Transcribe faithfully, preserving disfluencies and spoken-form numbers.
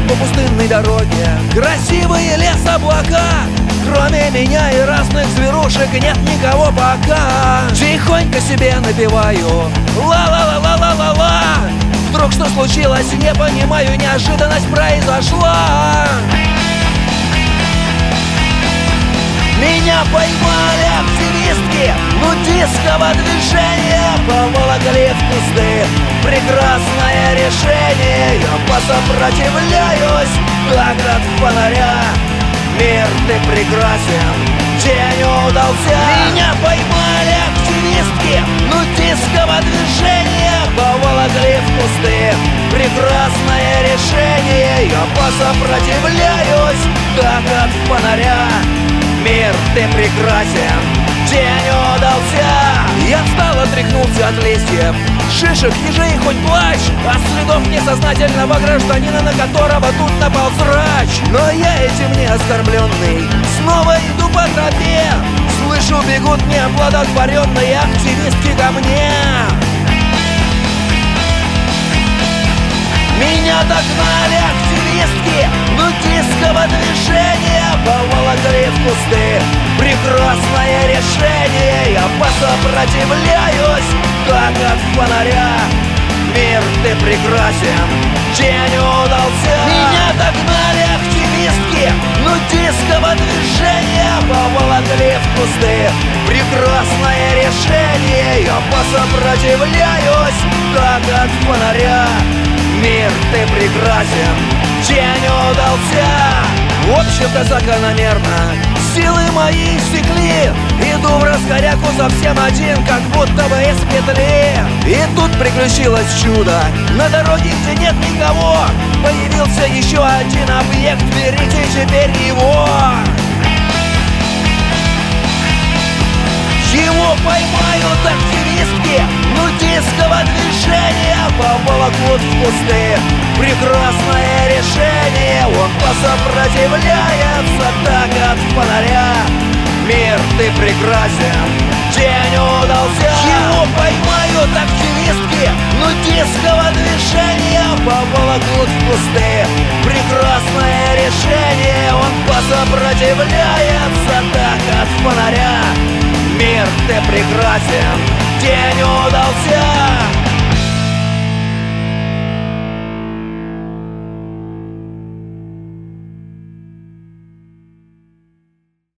по пустынной дороге. Красивые лес, облака, кроме меня и разных зверушек нет никого пока. Тихонько себе напеваю ла-ла-ла-ла-ла-ла-ла. Вдруг что случилось, не понимаю, неожиданность произошла. Меня поймали активистки нудистского движения, поволокли в кусты. Прекрасное решение, я посопротивляюсь, как от фонаря. Мир, ты прекрасен, день удался. Меня поймали активистки нудистского движения, поволокли в кусты. Прекрасное решение, я посопротивляюсь, как от фонаря. Мир, ты прекрасен, день удался. Я встал, отряхнулся от листьев, шишек, ежей, хоть плачь, а следов несознательного гражданина, на которого тут напал срач. Но я этим не оскорбленный снова иду по тропе. Слышу, бегут неоплодотворенные активистки ко мне. Меня догнали активистки нудистского движения, поволокли в кусты. Прекрасное решение, я посопротивляюсь, как от фонаря. Мир, ты прекрасен, день удался. Меня догнали активистки нудистского движения, поволокли в кусты. Прекрасное решение, я посопротивляюсь, как от фонаря. Мир, ты прекрасен, день удался. В общем-то закономерно силы мои иссякли. Иду в раскоряку совсем один, как будто бы из петли. И тут приключилось чудо. На дороге, где нет никого, появился еще один объект. Берите теперь его. Его поймают активистки нудистского движения, поволокут в кусты. Прекрасное решение, он посопротивляется, так от фонаря. Мир, ты прекрасен, день удался. Его поймают активистки нудистского движения, поволокут в кусты. Прекрасное решение, он посопротивляется, так от фонаря. Мир, ты прекрасен, день удался.